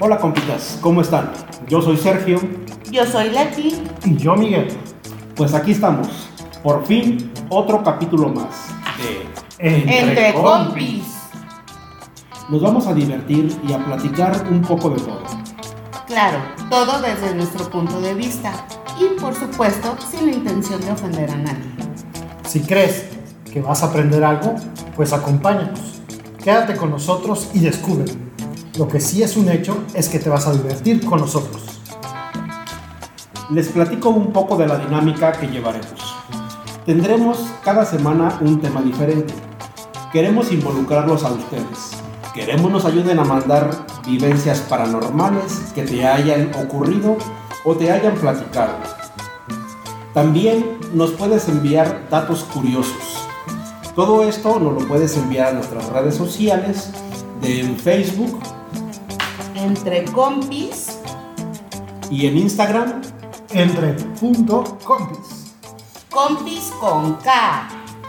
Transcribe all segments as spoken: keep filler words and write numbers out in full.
Hola compitas, ¿cómo están? Yo soy Sergio. Yo soy Leti. Y yo Miguel. Pues aquí estamos, por fin otro capítulo más de Entre, Entre Compis. Nos vamos a divertir y a platicar un poco de todo. Claro, todo desde nuestro punto de vista y por supuesto sin la intención de ofender a nadie. Si crees que vas a aprender algo, pues acompáñanos. Quédate con nosotros y descubre. Lo que sí es un hecho es que te vas a divertir con nosotros. Les platico un poco de la dinámica que llevaremos. Tendremos cada semana un tema diferente. Queremos involucrarlos a ustedes. Queremos nos ayuden a mandar vivencias paranormales que te hayan ocurrido o te hayan platicado. También nos puedes enviar datos curiosos. Todo esto nos lo puedes enviar a nuestras redes sociales de en Facebook, Entre Compis, y en Instagram, Entre punto compis. Compis con K.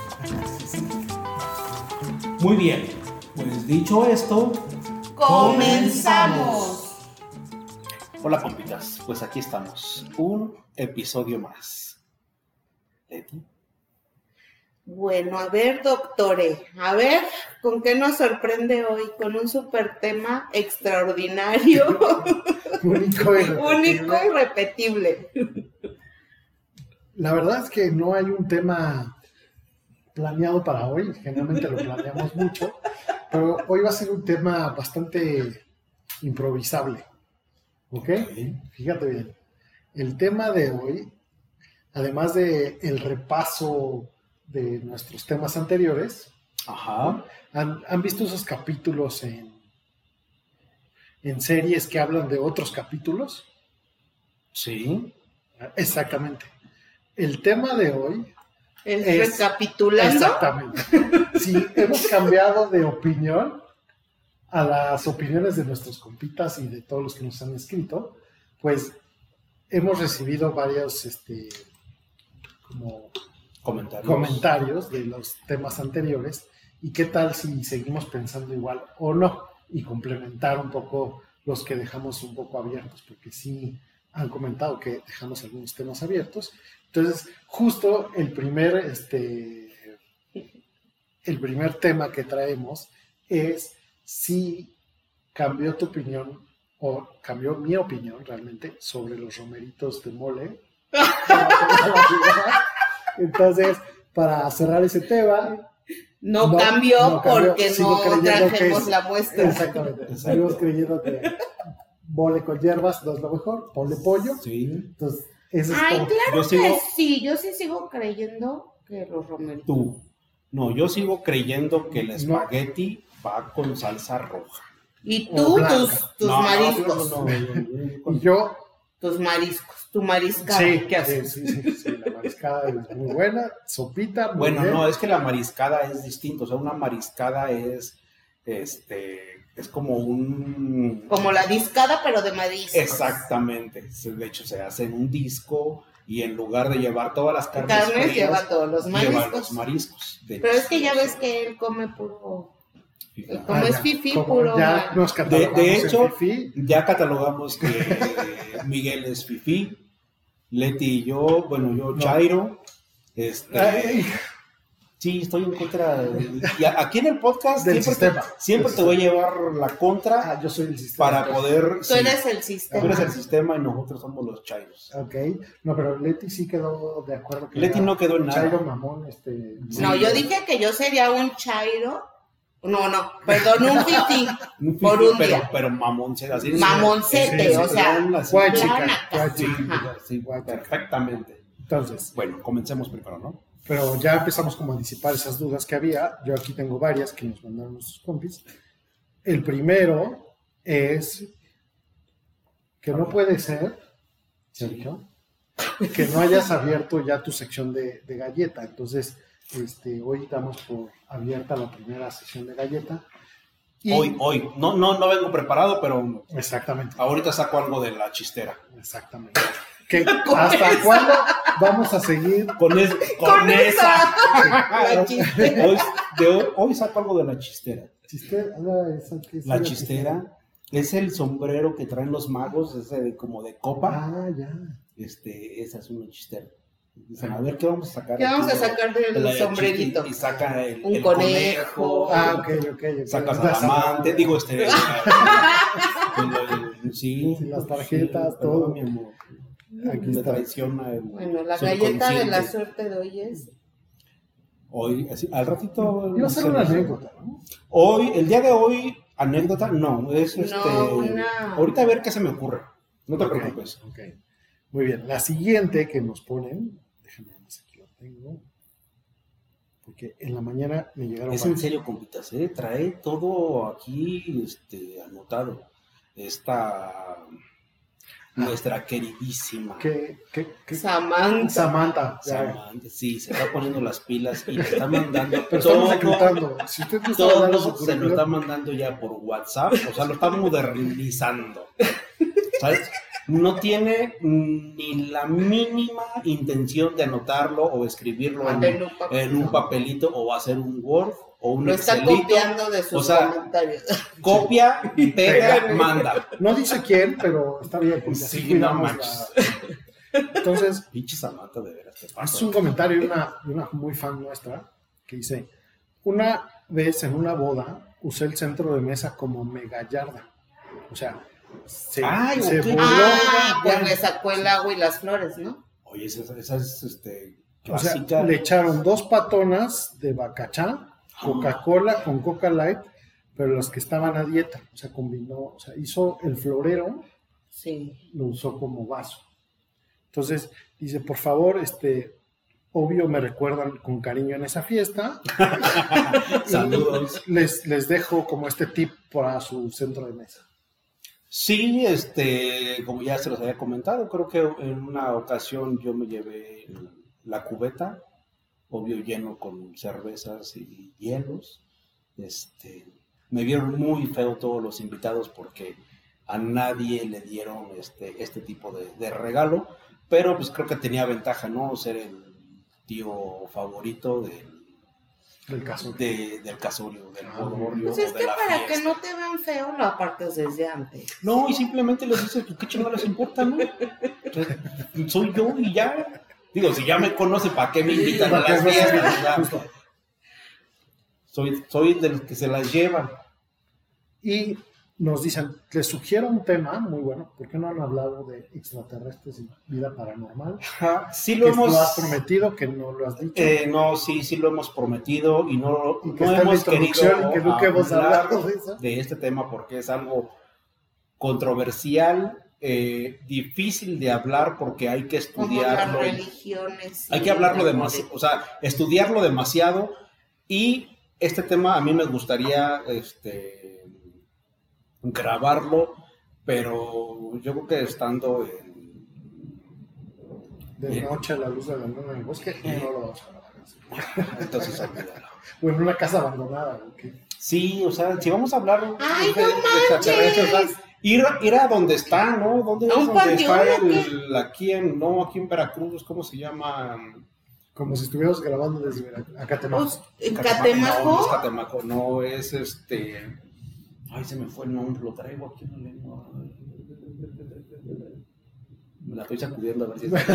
Muy bien, pues dicho esto, ¡comenzamos! Hola compitas, pues aquí estamos, un episodio más. ¿Leti? Bueno, a ver, doctore, a ver, ¿con qué nos sorprende hoy? Con un super tema extraordinario, Único y repetible. único y repetible. La verdad es que no hay un tema planeado para hoy, generalmente lo planeamos mucho, pero hoy va a ser un tema bastante improvisable, ¿ok? Fíjate bien, el tema de hoy, además de el repaso de nuestros temas anteriores, Ajá. ¿han, han visto esos capítulos en, en series que hablan de otros capítulos? Sí. Exactamente. El tema de hoy ¿El es, recapitulando? Exactamente. Si hemos cambiado de opinión a las opiniones de nuestros compitas y de todos los que nos han escrito, pues hemos recibido varios este, como Comentarios. comentarios de los temas anteriores y qué tal si seguimos pensando igual o no y complementar un poco los que dejamos un poco abiertos, porque sí han comentado que dejamos algunos temas abiertos. Entonces, justo el primer, este, el primer tema que traemos es si cambió tu opinión o cambió mi opinión realmente sobre los romeritos de mole. Entonces, para cerrar ese tema, No, no cambió no cambió, porque sigo no creyendo que trajemos es- la muestra. Exactamente. Exacto. Seguimos creyendo que mole con hierbas no es lo mejor, ponle pollo. Sí. Entonces, eso es Ay, como... claro Yo sigo- que sí, yo sí sigo creyendo que los romeritos. Tú. No, yo sigo creyendo que el No. espagueti va con salsa roja. Y O tú, blanca. tus, tus No, no, mariscos, no, no, no, no. Y yo, tus mariscos, tu mariscada. sí, ¿Qué haces? sí, sí, sí, sí, la mariscada es muy buena, sopita, muy Bueno, bien. no, es que la mariscada es distinto. O sea, una mariscada es, este, es como un... Como la discada, pero de mariscos. Exactamente. Se- De hecho, se hace en un disco y en lugar de llevar todas las carnes, Carnes frías, lleva todos los lleva mariscos. los mariscos. Pero es que ya ves que él come puro. Fíjate. como Ah, es ya, fifí, como puro ya ma- nos De, catalogamos de en hecho, fifí. ya catalogamos que eh, Miguel es fifí, Leti y yo, bueno, yo No. Chairo. Este, Ay, sí, estoy en contra. de- y a- aquí en el podcast Del siempre, te, sistema. siempre Del te voy a llevar la contra ah, yo soy el sistema. para poder. Tú sí, eres el tú sistema. eres el sistema y nosotros somos los Chairos. Ok, no, pero Leti sí quedó de acuerdo. Que Leti era no quedó en nada. Chairo mamón, este... No, yo dije que yo sería un chairo. No, no, perdón, un fifí. Un Por fifí, un pero, día. pero mamoncete, así. Mamoncete, Sí, sí, o sea, sí, así. White chica, plana. white Sí, chica. Ajá. sí, perfectamente. Entonces, Bueno, comencemos primero, ¿no? pero ya empezamos como a disipar esas dudas que había. Yo aquí tengo varias que nos mandaron nuestros compis. El primero es que no puede ser, Sergio, que no hayas abierto ya tu sección de, de galleta. Entonces, este, hoy damos por abierta la primera sesión de galleta. Y- Hoy, hoy. No, no, no vengo preparado, pero Exactamente, ahorita saco algo de la chistera. exactamente. Que, ¿hasta cuándo vamos a seguir? Con, es- con, Con esa. esa. La chistera. Hoy, de hoy, hoy saco algo de la chistera. Chistera, ah, esa que es La la chistera, Es el sombrero que traen los magos, ese de, como de copa. Ah, ya. Este, ese es un chistero. Dicen, a ver, ¿qué vamos a sacar? ¿Qué vamos a sacar del de sombrerito? Y, y saca el, un el conejo. conejo. Ah, ok, ok. okay. Sacas al amante, digo, este... el, el, sí, sí, las tarjetas, sí, todo. Mi amor. Aquí me está. traiciona el Bueno, la galleta de la suerte de hoy es... Hoy, así, al ratito... Iba a ser una anécdota, ¿no? Hoy, el día de hoy, anécdota, no, es este... No, una... Ahorita a ver qué se me ocurre, no te okay, preocupes. Ok, muy bien. La siguiente que nos ponen, déjame ver si aquí lo tengo, porque en la mañana me llegaron... Es varios. en serio, compitas, ¿eh? Trae todo aquí este, anotado. Esta... Nuestra queridísima ¿Qué, qué, qué? Samantha. Samantha. ya. Samantha, sí, se está poniendo las pilas y le está mandando Pero todo, estamos reclutando. Si usted no está mandando su todo se lo currículum, está mandando ya por WhatsApp, o sea, lo está modernizando. ¿Sabes? No tiene ni la mínima intención de anotarlo o escribirlo en, en, un en un papelito o hacer un Word o un Lo está Excelito. Copiando de sus o sea, comentarios. Copia, pega, manda. no dice quién, pero está bien. Porque Sí, así cuidamos no la... manches. Entonces, Pinche Samantha, de veras. ¿Qué pasa? es un comentario de una, de una muy fan nuestra que dice: una vez en una boda usé el centro de mesa como mega yarda. O sea, se, Ay, se ok. burló. Ah, ya. pues le sacó el agua y las flores, ¿no? Oye, esa, esa es este, O sea, clásica. le echaron dos patonas de bacachá, Coca-Cola con Coca Light, pero las que estaban a dieta. O sea, combinó, o sea, hizo el florero, Sí. lo usó como vaso. Entonces, dice, por favor, este, obvio me recuerdan con cariño en esa fiesta. Saludos. Les, les dejo como este tip para su centro de mesa. Sí, este, como ya se los había comentado, creo que en una ocasión yo me llevé la cubeta, obvio lleno con cervezas y hielos. Este, me vieron muy feo todos los invitados porque a nadie le dieron este, este tipo de, de regalo, pero pues creo que tenía ventaja, ¿no? Ser el tío favorito del, Del caso. de, del casorio, del bodorrio, Pues es o de que la para fiesta. que no te vean feo lo apartes desde antes. No, y simplemente les dices, pues, ¿qué chingados les importa, no? Entonces, soy yo y ya. Digo, si ya me conoce, ¿para qué me invitan a las fiestas? O sea, soy, soy de los que se las llevan. Y nos dicen, les sugiero un tema muy bueno. ¿Por qué no han hablado de extraterrestres y vida paranormal? Ajá, sí lo Que hemos... lo has prometido, que no lo has dicho. Eh, no, sí, sí lo hemos prometido y no, Y que no está en la hemos querido introducción y que nunca hemos hablar hablado de eso. de este tema porque es algo controversial, eh, difícil de hablar porque hay que Como las estudiarlo. religiones. Hay y que hablarlo la demasiado, o sea, estudiarlo demasiado y este tema a mí me gustaría este, grabarlo, pero yo creo que estando en... De Bien. noche a la luz de la luna en el bosque, no lo vamos a grabar. Entonces, olvídalo. O en una casa abandonada. ¿Okay? Sí, o sea, si vamos a hablar ¡Ay, de, no de extraterrestres, o sea, manches! ir, ir a donde está, ¿no? ¿Dónde ¿A es un donde está panteón, o el, aquí en, no, aquí en Veracruz, ¿cómo se llama? Como si estuviéramos grabando desde Vera- Acatemaco. Pues, en No, no es Catemaco. Catemaco, no, es este... Ay, se me fue el nombre, lo traigo aquí en la lengua. Me la estoy sacudiendo a ver si es...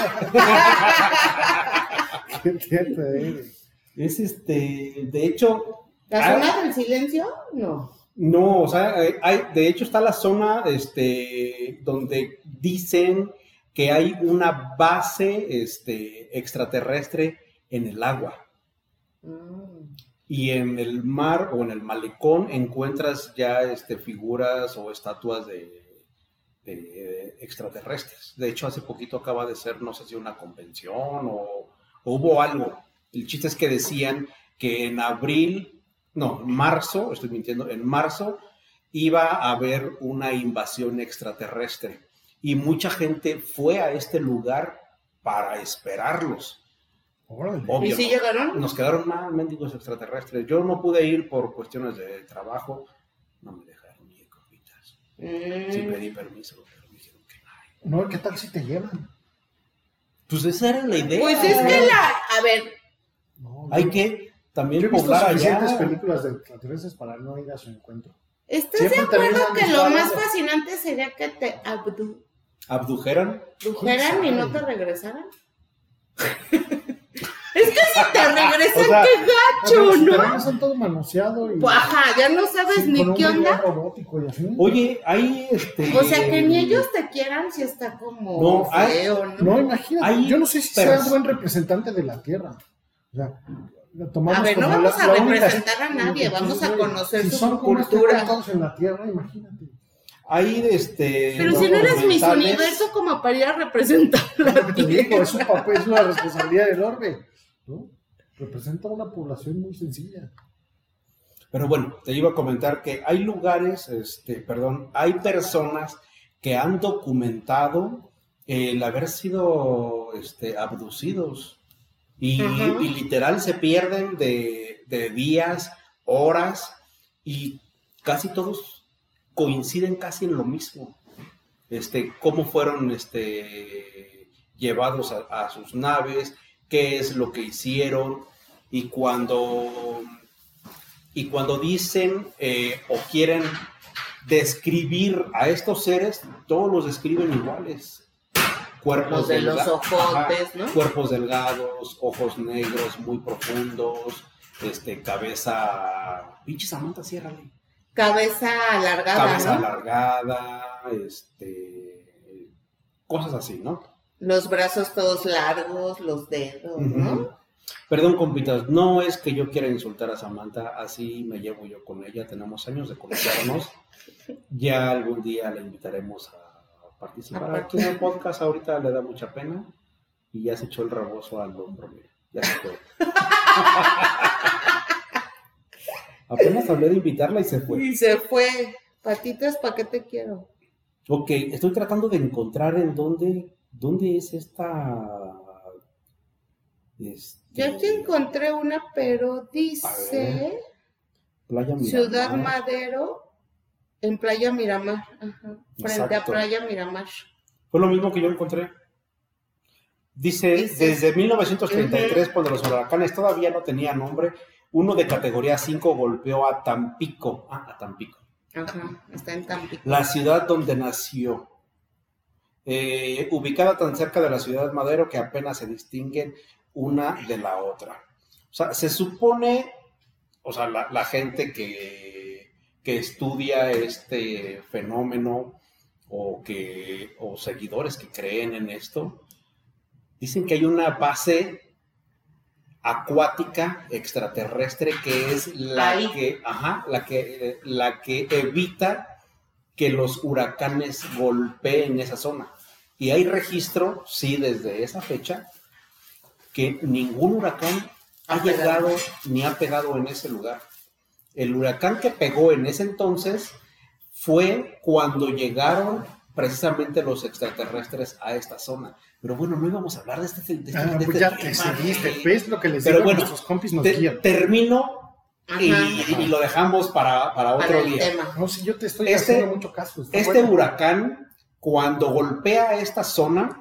¿Qué tiempo eres? Es este, de hecho... ¿La ah, zona del silencio? No. No, o sea, hay- hay, de hecho está la zona este, donde dicen que hay una base este, extraterrestre en el agua. Mm. Y en el mar o en el malecón encuentras ya este, figuras o estatuas de, de extraterrestres. De hecho, hace poquito acaba de ser, no sé si una convención o, o hubo algo. El chiste es que decían que en abril, no, en marzo, estoy mintiendo, en marzo iba a haber una invasión extraterrestre. Y mucha gente fue a este lugar para esperarlos. Órale. Obvio, ¿Y si ¿no? llegaron? Nos quedaron mal, mendigos extraterrestres. Yo no pude ir por cuestiones de trabajo. No me dejaron ir, compitas. Mm. Sí pedí permiso, pero me dijeron que no. No, ¿qué tal si te llevan? Pues esa era la idea. Pues es que la. A ver, No, Hay yo- que también Yo he visto poblar suficientes allá. películas de extraterrestres para no ir a su encuentro. ¿Estás Siempre de acuerdo terminan que lo más disparando. fascinante sería que te abdu ¿Abdujeran? abdujeran y no te regresaran? Es que si te regresan, O sea, qué O sea, gacho, los ¿no? terrenos son todo manoseado y Pues, ajá, ya no sabes sí, ni con un qué onda. reloj robótico y así. Oye, hay este. O sea, que ni ellos te quieran si está como No, hay- feo, ¿no? No, imagínate, Hay yo no sé si pers- sea buen representante de la Tierra. O sea, lo tomamos A ver, no como vamos la- a la única- representar a nadie, vamos a conocer si su son como este cultura. güey todos en la Tierra, imagínate. Hay este. Pero si no eres Miss documentales- Universo como para ir a representar Es la lo que te digo, tierra. es un papel, es una responsabilidad enorme, ¿no? Representa una población muy sencilla. Pero bueno, te iba a comentar que hay lugares, este, perdón, hay personas que han documentado el haber sido este, abducidos y, Ajá. y literal se pierden de, de días, horas y casi todos coinciden casi en lo mismo. Este, cómo fueron este, llevados a, a sus naves, qué es lo que hicieron y cuando, y cuando dicen eh, o quieren describir a estos seres, todos los describen iguales. Cuerpos Los de los delga- ojotes, ajá, ¿no? Cuerpos delgados, ojos negros muy profundos, este, cabeza... Pinche Samantha, ciérrale. Cabeza alargada, Cabeza ¿no? alargada, este... cosas así, ¿no? Los brazos todos largos, los dedos, ¿no? Ujú. Perdón, compitas, no es que yo quiera insultar a Samantha, así me llevo yo con ella, tenemos años de conocernos. Ya algún día la invitaremos a participar A aquí en el podcast, ahorita le da mucha pena y ya se echó el rebozo al hombro, mira, ya se fue. Apenas hablé de invitarla y se fue. Y se fue. Patitas, ¿para qué te quiero? Ok, estoy tratando de encontrar en dónde, dónde es esta... Este, Yo aquí encontré una, pero A dice Playa Miramar. Ciudad Madero en Playa Miramar. Ajá. Frente Exacto. a Playa Miramar. Fue lo mismo que yo encontré. Dice, Dice- desde mil novecientos treinta y tres, cuando los huracanes todavía no tenían nombre, uno de categoría cinco golpeó a Tampico. Ah, a Tampico. Ajá, está en Tampico. La ciudad donde nació. Eh, ubicada tan cerca de la ciudad Madero que apenas se distinguen una de la otra. O sea, se supone, o sea, la, la gente que, que estudia este fenómeno o, que, o seguidores que creen en esto, dicen que hay una base acuática extraterrestre que es la Ahí. que, ajá, la que, la que evita que los huracanes golpeen esa zona. Y hay registro, sí, desde esa fecha, que ningún huracán ha Ha pegado. llegado ni ha pegado en ese lugar. El huracán que pegó en ese entonces fue cuando llegaron precisamente los extraterrestres a esta zona. Pero bueno, no íbamos a hablar de este, de este, Ah, de pues este ya te tema, seguiste, güey. ¿ves lo que les Pero digo? bueno, Nuestros compis nos Te- guían. termino y, Ajá. y lo dejamos para, para otro Para el día. tema. No, si yo te estoy Este- haciendo mucho caso. está Este bueno. huracán, cuando golpea esta zona,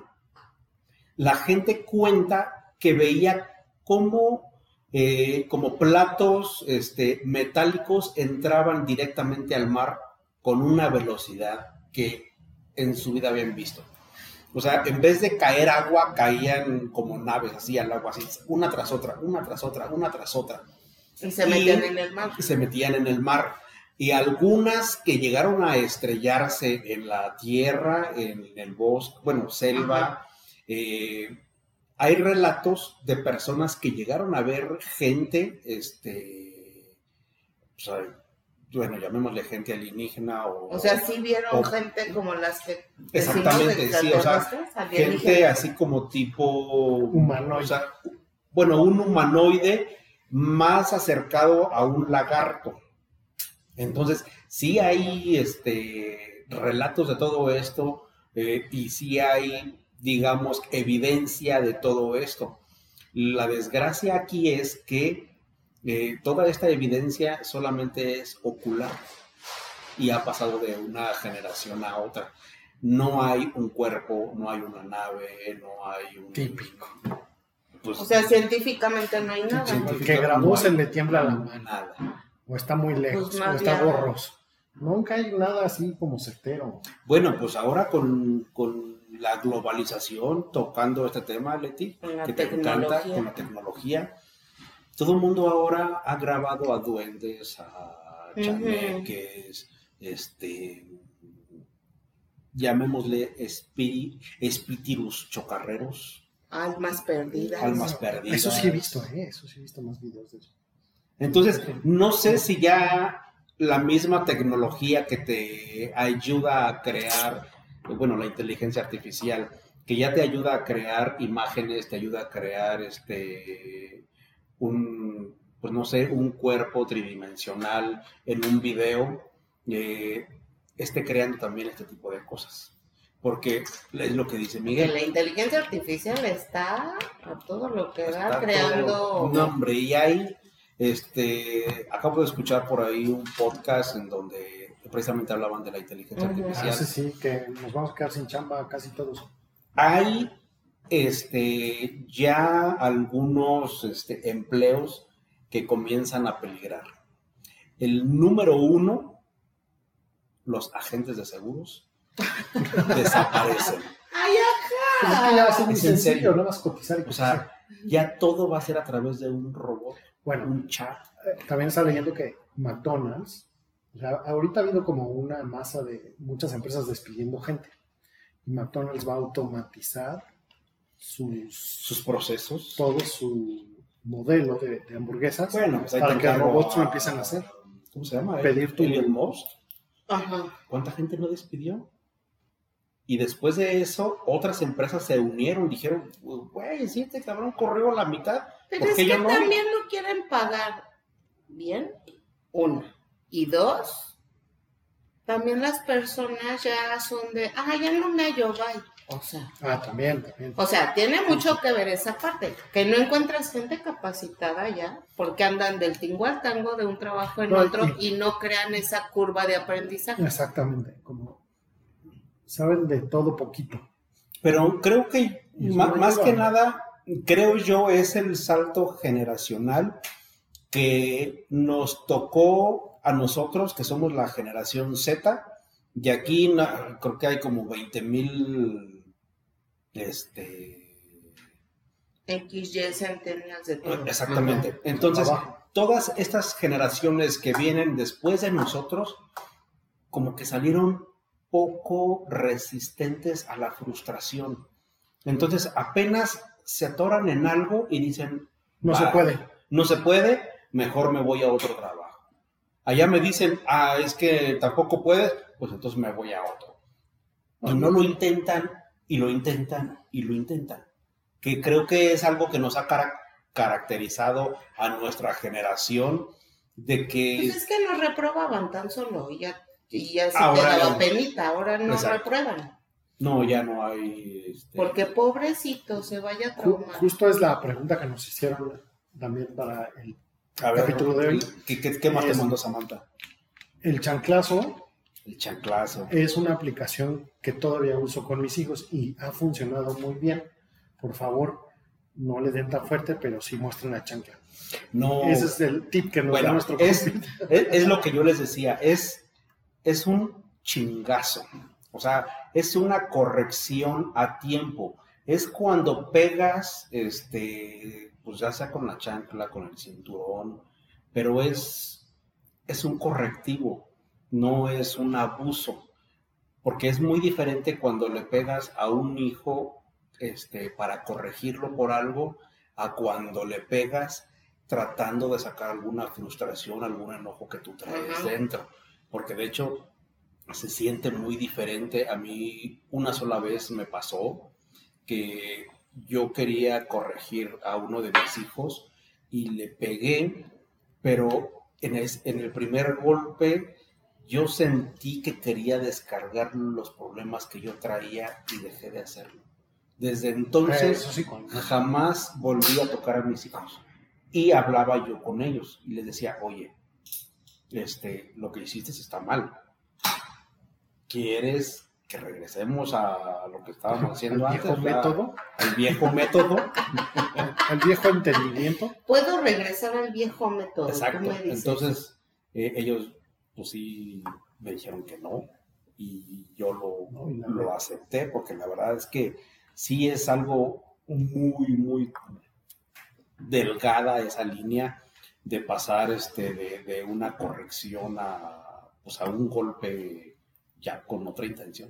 la gente cuenta que veía cómo, eh, como platos este, metálicos entraban directamente al mar con una velocidad que en su vida habían visto. O sea, en vez de caer agua, caían como naves así al agua, así, una tras otra, una tras otra, una tras otra. Y se metían en el mar. Y se metían en el mar. Y algunas que llegaron a estrellarse en la tierra, en el bosque, bueno, selva. Ajá. Eh, hay relatos de personas que llegaron a ver gente, este, o sea, bueno, llamémosle gente alienígena o... O sea, sí vieron o- gente como las que... Exactamente, sí, o sea, extraterrestres, gente alienígenas. así como tipo... Humanoide. O sea, bueno, un humanoide más acercado a un lagarto. Entonces, sí hay este, relatos de todo esto eh, y sí hay, digamos, evidencia de todo esto. La desgracia aquí es que eh, toda esta evidencia solamente es ocular y ha pasado de una generación a otra. No hay un cuerpo, no hay una nave, no hay un... Típico. Pues, O sea, científicamente no hay nada. Sí, El que grabó se le tiembla la mano. nada. O está muy lejos, Pues o más está bien- borroso. Nunca hay nada así como certero. Bueno, pues ahora con, con la globalización, tocando este tema, Leti, Con la que te encanta, con la tecnología, todo el mundo ahora ha grabado a duendes, a chaneques, uh-huh. este, llamémosle espiri, espíritus chocarreros. Almas perdidas. Almas perdidas. Eso sí he visto, ¿eh? Eso sí he visto más videos de eso. Entonces, no sé si ya la misma tecnología que te ayuda a crear, bueno, la inteligencia artificial, que ya te ayuda a crear imágenes, te ayuda a crear este un, pues no sé, un cuerpo tridimensional en un video, eh, esté creando también este tipo de cosas. Porque es lo que dice Miguel. La inteligencia artificial está a todo lo que va creando. Todo, no, hombre, y hay, este, acabo de escuchar por ahí un podcast en donde precisamente hablaban de la inteligencia uh-huh. artificial. Ah, sí, sí, que nos vamos a quedar sin chamba casi todos. Hay, este, ya algunos este, empleos que comienzan a peligrar. El número uno, los agentes de seguros. Desaparecen. Ay, ajá. Es que ya va a ser muy Es en sencillo, serio. no vas a cotizar y cotizar. O sea, ya todo va a ser a través de un robot, bueno, un chat. Eh, también está leyendo que McDonald's, o sea, ahorita ha habido como una masa de muchas empresas despidiendo gente. Y McDonald's va a automatizar sus, sus procesos, todo su modelo de, de hamburguesas, bueno, pues para que robots a... lo empiecen a hacer. ¿Cómo se llama? Pedir tu Elon Musk. Ajá. ¿Cuánta gente no despidió? Y después de eso, otras empresas se unieron, dijeron, güey, sí, te cabrón corrió la mitad. Pero es que no? también no quieren pagar bien, uno. Y dos, también las personas ya son de, ah, ya no me hallo, bye. O sea. Ah, también, también. O sea, tiene mucho que ver esa parte, que no encuentras gente capacitada ya, porque andan del tingo al tango de un trabajo en no, otro y, y no crean esa curva de aprendizaje. Exactamente, como saben de todo poquito. Pero creo que más, más que nada, creo yo, es el salto generacional que nos tocó a nosotros, que somos la generación Z, y aquí na, creo que hay como veinte mil este X Y centenias de todo. Exactamente. Ajá. Entonces, todas estas generaciones que vienen después de nosotros, como que salieron poco resistentes a la frustración. Entonces, apenas se atoran en algo y dicen, no se puede. No se puede, mejor me voy a otro trabajo. Allá me dicen, ah, es que tampoco puedes, pues entonces me voy a otro. Y no lo intentan, y lo intentan, y lo intentan. Que creo que es algo que nos ha car- caracterizado a nuestra generación, de que... Pues es que nos reprobaban tan solo, y ya, y ya se te daba penita, ahora no Exacto. reprueban. No, ya no hay... Este... Porque pobrecito, se vaya a traumar. Justo es la pregunta que nos hicieron también para el a ver, capítulo de hoy. ¿Qué, qué, qué más es, te mandó Samantha? El chanclazo. El chanclazo. Es una aplicación que todavía uso con mis hijos y ha funcionado muy bien. Por favor, no le den tan fuerte, pero sí muestren la chancla. No. Ese es el tip que nos bueno, da nuestro es, es, es lo que yo les decía, es, es un chingazo. O sea, es una corrección a tiempo. Es cuando pegas, este, pues ya sea con la chancla, con el cinturón, pero es, es un correctivo, no es un abuso. Porque es muy diferente cuando le pegas a un hijo este, para corregirlo por algo, a cuando le pegas tratando de sacar alguna frustración, algún enojo que tú traes uh-huh. dentro. Porque de hecho se siente muy diferente. A mmí una sola vez me pasó que yo quería corregir a uno de mis hijos y le pegué, pero en el, en el primer golpe yo sentí que quería descargar los problemas que yo traía y dejé de hacerlo. Desde entonces sí, jamás volví a tocar a mis hijos y hablaba yo con ellos y les decía, oye, este, lo que hiciste está mal. ¿Quieres que regresemos a lo que estábamos haciendo ¿Al antes? Viejo método? Al viejo método. ¿Al viejo entendimiento? Puedo regresar al viejo método. Exacto. Entonces, eh, ellos, pues sí, me dijeron que no, y yo lo, No, y la lo verdad. acepté, porque la verdad es que sí es algo muy, muy delgada esa línea de pasar este, de, de una corrección a, pues, a un golpe ya con otra intención.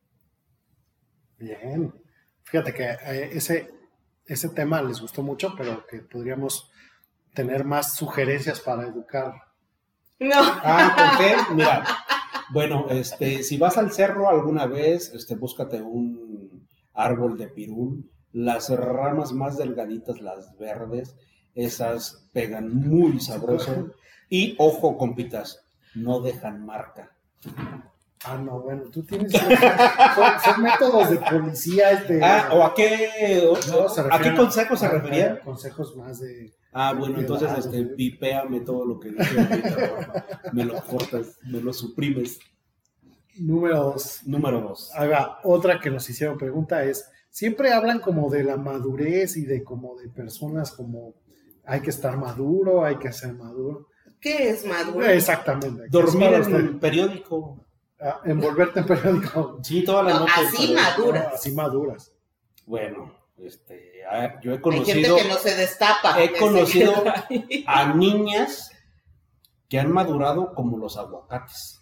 Bien. Fíjate que eh, ese, ese tema les gustó mucho, pero que podríamos tener más sugerencias para educar. No. Ah, ¿por qué? Mira, bueno, este, si vas al cerro alguna vez, este, búscate un árbol de pirul. Las ramas más delgaditas, las verdes, esas pegan muy sabroso. Y ojo, compitas, no dejan marca. Ah, no, bueno, tú tienes... son, son métodos de policía. Este, Ah, ¿o a qué, o- no, se a refieren qué consejos se a- referían? a Consejos más de... Ah, bueno, de entonces edad, este, de- pipéame todo lo que dije ahorita, porfa. Me lo cortas, me lo suprimes. Número dos. Número dos. Haga otra que nos hicieron pregunta es, siempre hablan como de la madurez y de como de personas como hay que estar maduro, hay que ser maduro. ¿Qué es maduro? Exactamente. Dormir Es en para el usted. periódico. Ah, envolverte en periódico. Sí, toda la No, noche. así pero- madura. Así maduras. Bueno, este, a- yo he Hay gente conocido, que no se destapa. he que se conocido queda ahí. a niñas que han madurado como los aguacates.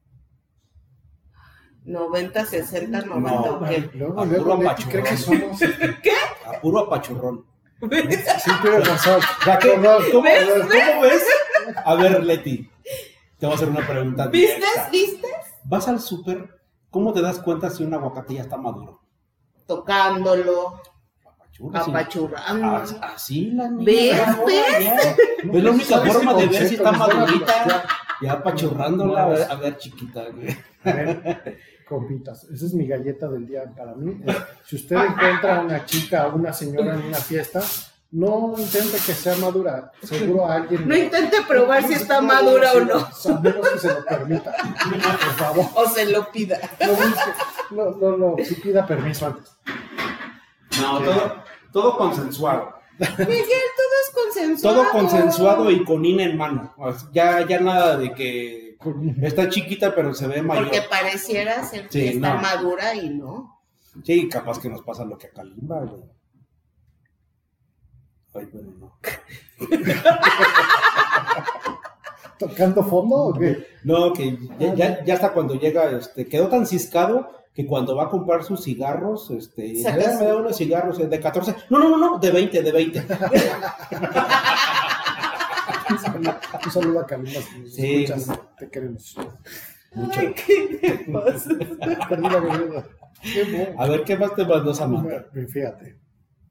noventa, sesenta, noventa, No, ¿o qué? Luego, A luego, puro Leti cree que apachurrón. somos... A puro apachurrón. Sí, tienes razón. Ya que- Perdón, ¿Cómo, ¿Ves? ¿Cómo ves? A ver, Leti, te voy a hacer una pregunta ¿Viste? directa. ¿Viste? Vas al súper, ¿cómo te das cuenta si un aguacate ya está maduro? Tocándolo, Apachurra, sí. apachurrando. As- Así la niña. ¿Ves? ya, ¿Ves? ya. Es la única ¿Sabes forma ese de ver si concepto? está Nos van a madurita. bloquear. Ya apachurrándola. A ver, a ver, chiquita. güey. A ver, compitas, esa es mi galleta del día para mí. Es, si usted encuentra a una chica o una señora en una fiesta, no intente que sea madura. Seguro a alguien... No intente probar si está madura o no. A menos que se lo permita. Por favor. O se lo pida. No, busque- no, no, no, sí pida permiso antes. No, todo, todo consensuado. Miguel, todo es consensuado. Todo consensuado y con I N E en mano. Ya, ya nada de que Con- está chiquita pero se ve mayor. Porque pareciera ser que Sí, está no. madura y no. Sí, capaz que nos pasa lo que a Kalimba, güey. Ay, bueno, no. ¿Tocando fondo o qué? No, que ya, ya, ya hasta cuando llega, este, quedó tan ciscado que cuando va a comprar sus cigarros, este, dice, Saca "Eh, su- me da unos cigarros eh, de catorce. No, no, no, no, de veinte, de veinte. Un saludo a Camila. Si nos Sí. escuchas, te queremos. Ay, ¿qué te pasa? Perdida, perdida. Qué bueno. A ver, ¿qué más te mandó Samantha? Fíjate.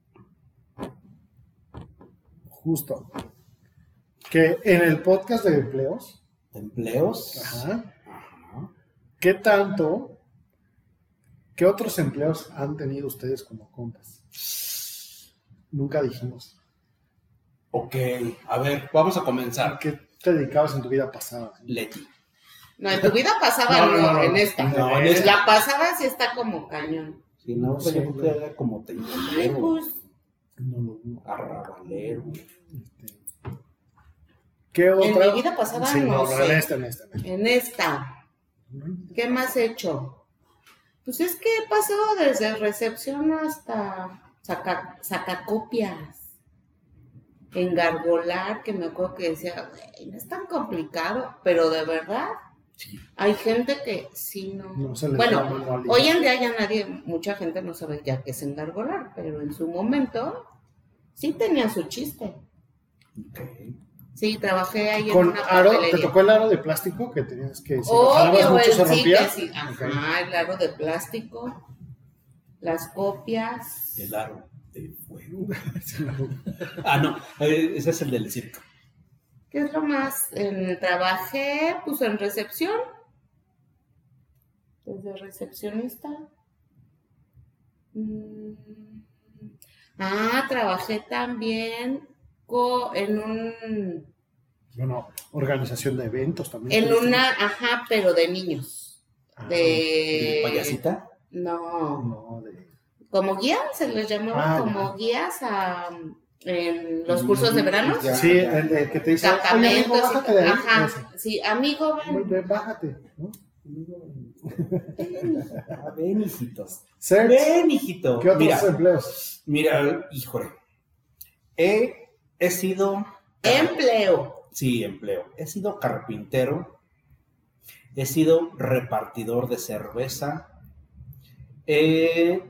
Justo. Que en el podcast de empleos, ¿Empleos? ajá, Ajá. ¿qué tanto, qué otros empleos han tenido ustedes como compas? Nunca dijimos. Ok, a ver, vamos a ¿A comenzar. qué te dedicabas en tu vida pasada? Leti. No, en tu vida pasada No, no, no, no, en no. este. No, en En esta. la pasada sí está como cañón. Si no, pues Sí, yo creo que güey. era como Ay, teibolero, pues, No lo dudo. arrabalero. Este, ¿Qué otra? mi vida pasada Sí, no sé. en esta, en esta. en esta. en esta. ¿Qué más he hecho? Pues es que he pasado desde recepción hasta sacar, sacacopias, engargolar, que me acuerdo que decía, güey, no es tan complicado, pero de verdad Sí. hay gente que sí no. No se les Bueno, da manualidad. hoy en día ya nadie, mucha gente no sabe ya qué es engargolar, pero en su momento sí tenía su chiste. Ok. Sí, trabajé ahí en Con una aro, ¿te papelería. tocó el aro de plástico que tenías que si lo jalabas Obvio, mucho el se sí, rompía? que sí. Ajá, el aro de plástico, las copias. El aro de fuego. Sí, no. Ah, no, eh, ese es el del circo. ¿Qué es lo más? En, trabajé, pues en recepción. Desde recepcionista. Mm. Ah, trabajé también co- en un, Bueno, organización de eventos también. en una, ajá, pero de niños. Ah, De, ¿De payasita? no, No, de... como guías, se les llamaba Ah, como ya. guías a, En los cursos de verano. Ya, Sí, ya. el de que te dice, oye, amigo, Campamentos. bájate de ahí. Ajá. Ese. Sí, amigo, Muy ven. bien, bájate, ¿no? Ah, ven, hijito. Serge, Ven, hijito. ¿qué otros Mira, empleos? mira, híjole. He, he sido... Empleo. Sí, empleo. He sido carpintero. He sido repartidor de cerveza. He...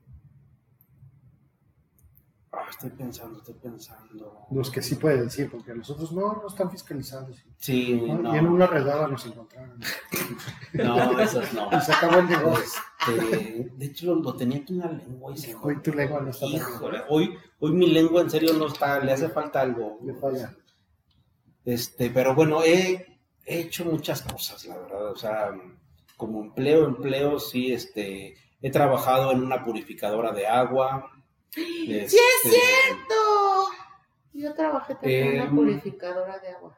Ah, estoy pensando, estoy pensando. Los que sí puede decir, porque los otros no, no están fiscalizados. Sí, ¿no? no. Y en una redada nos encontraron. No, esos no. Y se acabó el negocio. Este, de hecho, lo, lo tenía aquí en la lengua y se Hoy tu lengua no está tan Híjole, hoy, hoy mi lengua en serio no está, le hace falta algo. bien. Le falla. Este, pero bueno, he, he hecho muchas cosas, la verdad. O sea, como empleo, empleo, sí, este, he trabajado en una purificadora de agua. ¡Sí Este, es cierto! Yo trabajé también en Eh, una purificadora de agua.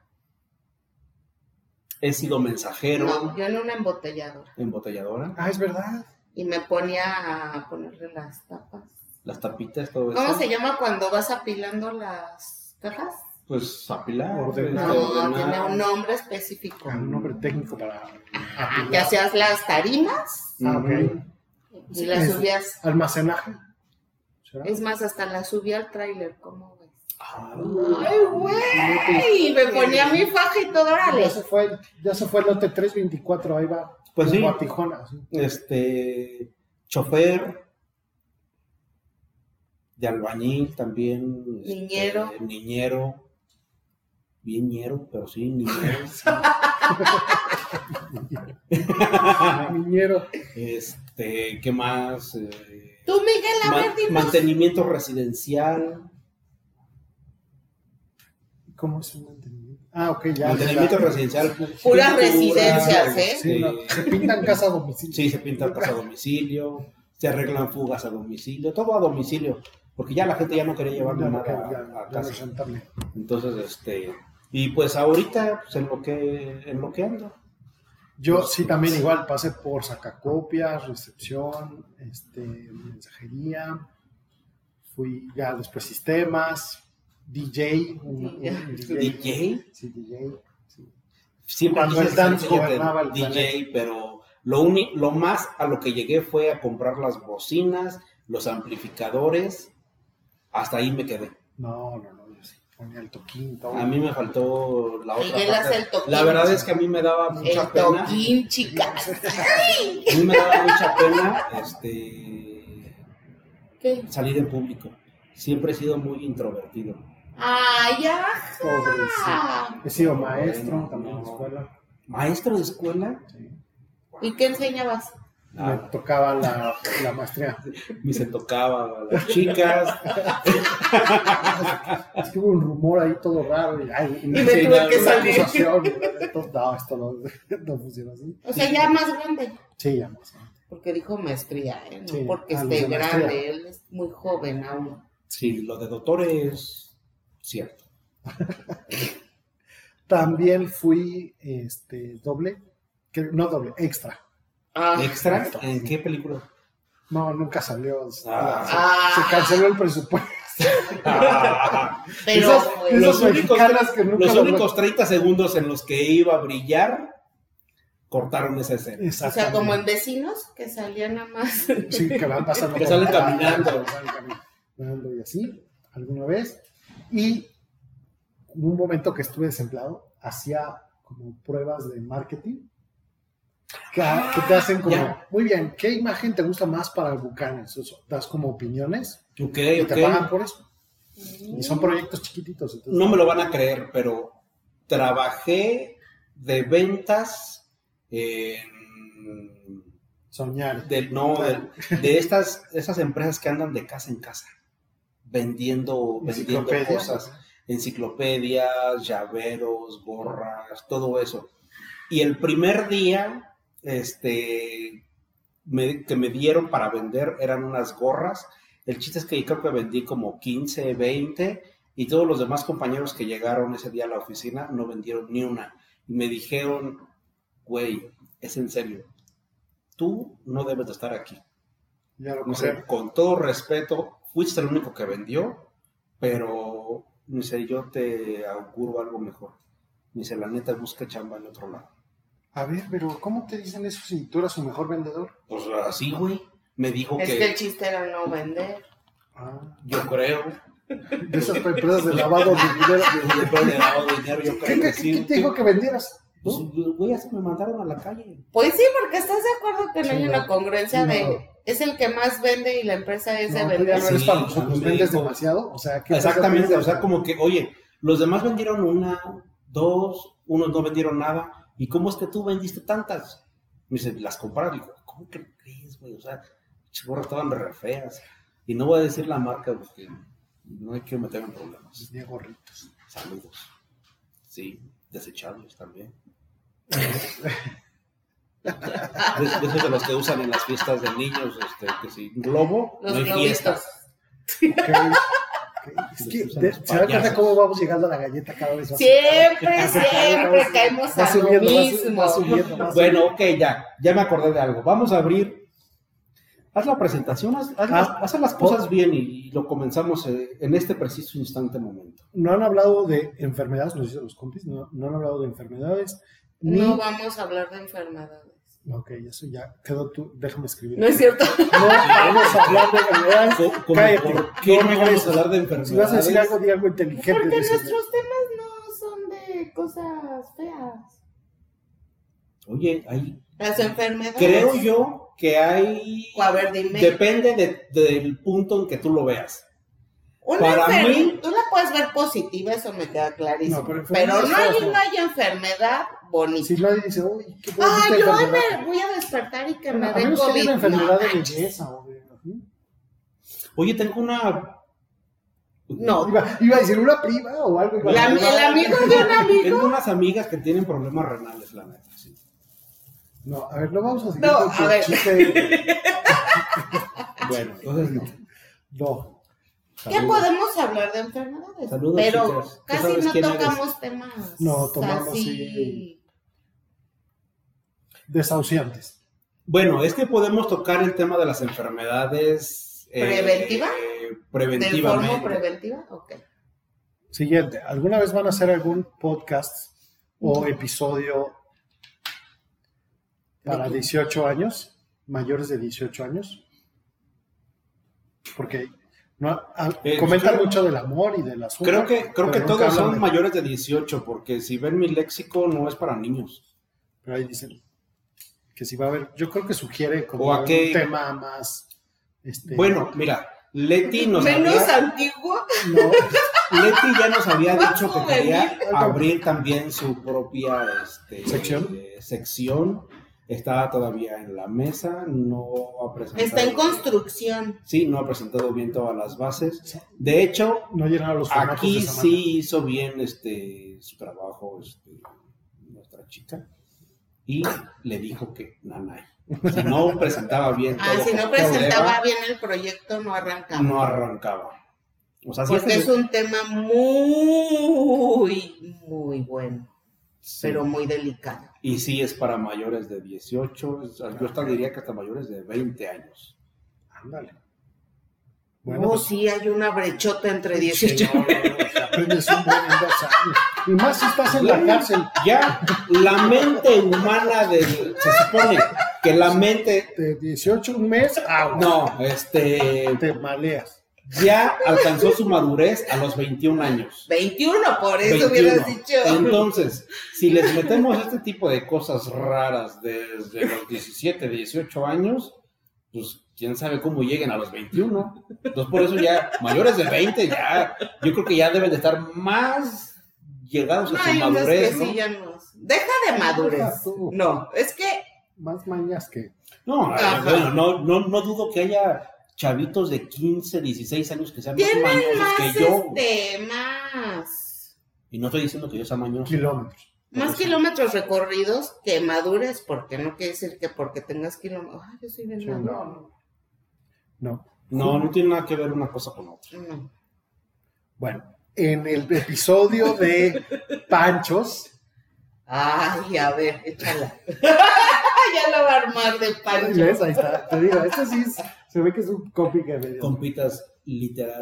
He sido mensajero, No, yo en una embotelladora. embotelladora, Ah, es verdad. Y me ponía a ponerle las tapas. las tapitas, todo eso. ¿Cómo se llama cuando vas apilando las cajas? Pues apilar. Ordenar. este, No, ordenar. tiene un nombre específico. Un nombre técnico para Ah, apilar. que hacías las tarimas Ah, ok. y las Es subías. Almacenaje. ¿Será? Es más, hasta las subí al tráiler, ¿cómo ves? Ah, ¡Ay, güey! Y me ponía mi faja y todo, órale. Ya se fue, ya se fue el lote trescientos veinticuatro, ahí va. Pues sí. Rumbo a Tijuana. Sí. Este, chofer de albañil también. este, Niñero. niñero. Bien ñero, pero sí, niñero. Niñero. Este, ¿qué más? Eh, Tú, Miguel, a ma- ver, dinos. mantenimiento residencial. ¿Cómo es un mantenimiento? Ah, ok, ya. mantenimiento ya. residencial. Puras Pintura, residencias, ¿eh? Sí, no, este, se pintan casa a domicilio. Sí, se pinta casa a domicilio, se arreglan fugas a domicilio, todo a domicilio, porque ya la gente ya no quería llevarme Ya no, nada ya, a, a ya no casa. es rentable. Entonces, este, y pues ahorita, pues en lo que, en lo que ando. Yo sí también igual pasé por sacacopias, recepción, este, mensajería, fui ya después sistemas, D J, un, un- un D J, Sí, D J. Sí. siempre Cuando quise el dance ser gobernaba el D J, planeta. pero lo, uni, lo más a lo que llegué fue a comprar las bocinas, los amplificadores, hasta ahí me quedé. No, no, no, yo sí ponía el toquín, todo. A mí me faltó la otra Miguel hace parte. el toquín. La verdad es que a mí me daba mucha El pena. toquín, chicas. A mí me daba mucha pena este, ¿Qué? salir en público. Siempre he sido muy introvertido. ¡Ay, ya! Pobrecito. He sido maestro Bueno, también en no. la escuela. ¿Maestro de escuela? Sí. ¿Y qué enseñabas? Me Ah, tocaba la, la maestría. ni se tocaba a las chicas. Es que hubo un rumor ahí todo raro. Y, ay, Y me Sí, tuve no, que no, salir. acusación, y esto, no, esto no, no funciona así. O sea, ya más grande. Sí, ya más. Porque dijo maestría, ¿eh? No Sí, porque a los esté de maestría. grande, él es muy joven aún. Sí, lo de doctor es cierto. También fui este, doble, que, no doble, extra. Ah, ¿Extra? ¿En qué película? No, nunca salió. Se, Ah. se canceló el presupuesto. pero Esas- pues, esas los únicos, mexicanas que nunca los lo- únicos treinta segundos en los que iba a brillar, cortaron esa escena. o sea, Exactamente. como en vecinos que salían nada más. Sí, que van pasando. Que por salen la calle, caminando. que salen caminando y así, alguna vez. Y en un momento que estuve desempleado, hacía como pruebas de marketing. Que, que te hacen como, ya. muy bien, ¿qué imagen te gusta más para el Bucanes? Eso, das como opiniones Ok, y te pagan ok. por eso. Y son proyectos chiquititos. Entonces, No me lo van a creer, pero trabajé de ventas en Soñar. de, no, de, de estas esas empresas que andan de casa en casa vendiendo, vendiendo Enciclopedia. cosas, enciclopedias, llaveros, gorras, todo eso. Y el primer día este, me- que me dieron para vender eran unas gorras. El chiste es que creo que vendí como quince, veinte y todos los demás compañeros que llegaron ese día a la oficina no vendieron ni una. Y me dijeron, güey, es en serio, tú no debes de estar aquí. Ya lo No sé, corrieron. con todo respeto, fuiste el único que vendió, pero me dice, yo te auguro algo mejor. Me dice, la neta, busca chamba en otro lado. A ver, pero ¿cómo te dicen eso si tú eras su mejor vendedor? Pues así, güey. Me dijo es que... Es que el chiste era no vender. Ah, yo creo. De esas empresas de lavado de dinero. De, de lavado de dinero, yo creo ¿Qué, que qué, sí. ¿Qué te dijo que vendieras? Pues, güey, así me mandaron a la calle. Pues sí, porque estás de acuerdo que no Sí, hay no. una congruencia No. de... Es el que más vende y la empresa es No, de tú ya vender. no eres Sí, para nosotros, sí, vendes sí. demasiado. O sea, ¿qué Exactamente, pasa? o sea, como que, oye, los demás vendieron una, dos, unos no vendieron nada. ¿Y cómo es que tú vendiste tantas? Me dice, las compraron. Digo, ¿cómo que crees, güey? O sea, chorras estaban re feas. Y no voy a decir la marca porque no hay que meterme en problemas. Ni gorritos. Saludos. Sí, desechables también. De, de esos de los que usan en las fiestas de niños, este, que si globo, Los no hay globitos. fiestas. Okay. Okay. Es que, de, ¿se dan cuenta cómo vamos llegando a la galleta cada vez más? Siempre, siempre caemos Va a lo subiendo, va su- mismo. va subiendo, va Bueno, subiendo. ok, ya, ya me acordé de algo. Vamos a abrir. Haz la presentación, haz, haz las, Ah, haz las cosas bien y, y lo comenzamos eh, en este preciso instante momento. No han hablado de enfermedades, nos dicen los compis, no, no han hablado de enfermedades. Ni... No vamos a hablar de enfermedades. Ok, eso ya quedó tú, déjame escribir. No es cierto. No vamos a hablar de enfermedades. ¿Cómo- cómo- Cállate. ¿Por qué No no vamos regreses. a hablar de enfermedades? Si vas a decir algo, di algo inteligente. Porque dice. nuestros temas no son de cosas feas. Oye, ahí Las enfermedades. creo yo que hay... A ver, dime. Depende de- del punto en que tú lo veas. Una para enfer- mí- Tú la puedes ver positiva, eso me queda clarísimo. No, pero pero enfermedades no hay, feas, no. no hay enfermedad bonita. Si nadie dice, uy, qué bonita Ah, yo hoy enfermedad. me voy a despertar y que Bueno, me a dé menos que haya COVID. una enfermedad No, de belleza o de... ¿sí? Oye, tengo una... No. Iba, iba a decir una prima o algo. Iba a La- decir, el amigo de un amigo. Tengo unas amigas que tienen problemas renales, la neta, sí. No, a ver, no vamos a seguir No, con a tu ver. chiste. Bueno, entonces no. No. ¿Qué Saludos. podemos hablar de enfermedades? Saludos, pero chicas. ¿Tú casi sabes no quién eres? tocamos temas. No, tomamos, así. sí. Desahuciantes. Bueno, es que podemos tocar el tema de las enfermedades... eh, ¿Preventiva? eh, ¿De preventivamente. forma preventiva? Ok. Siguiente. ¿Alguna vez van a hacer algún podcast o episodio para ¿De qué? dieciocho años? Mayores de dieciocho años. Porque no, a- Eh, comentan creo- mucho del amor y del asunto. Creo que, creo que pero nunca todos hablan son de- mayores de dieciocho, porque si ven mi léxico no es para niños. Pero ahí dicen que si va a haber, yo creo que sugiere como ¿O a un qué? tema más. Este, Bueno, mira, Leti nos Menos había, antiguo. no, Leti ya nos había dicho que Más quería juvenil. abrir también su propia este, ¿Sección? eh, sección. Está todavía en la mesa, no ha presentado. Está en construcción. Sí, no ha presentado bien todas las bases. De hecho, no llenaron los formatos aquí de esa sí hizo bien este su trabajo este, nuestra chica y le dijo que nanay. Si no presentaba bien Ah, todo si no como presentaba deba, bien el proyecto, no arrancaba. no arrancaba. O sea, sí Porque es este- un tema muy, muy bueno, sí. pero muy delicado. Y sí es para mayores de dieciocho, es- yo hasta diría que hasta mayores de veinte años. Ándale. Bueno, pues, sí hay una brechota entre sí, dieciocho. no, no, no, o sea, aprendes un buen en dos años. Y más si estás en la cárcel, Ya la mente humana del, se supone que la mente, de dieciocho, un mes, ah, no, este, te maleas. ya alcanzó su madurez a los veintiún años. veintiuno, por eso veintiuno. hubieras dicho. Entonces, si les metemos este tipo de cosas raras desde los diecisiete, dieciocho años, pues quién sabe cómo lleguen a los veintiuno. Entonces, por eso ya, mayores de veinte, ya, yo creo que ya deben de estar más llegados No, a su hay unos madurez, que ¿no? sí ya no. Deja de madurez. Deja tú. No, es que Más mañas que. No, Ajá. bueno, no, no, no dudo que haya chavitos de quince, dieciséis años que sean más tienen mañosos más, que yo. este, más, Y no estoy diciendo que yo sea mañoso. Kilómetros. más kilómetros recorridos que madures, porque no quiere decir que porque tengas kilómetros. Ay, yo soy bien Sí, madura. no. No. No, no tiene nada que ver una cosa con otra. No. Bueno, en el episodio de Panchos, Ay, a ver, échala. Ya lo va a armar de pancho. ¿ves? Ahí está, te digo, este sí es- se ve que es un copy que me dio. Compitas literal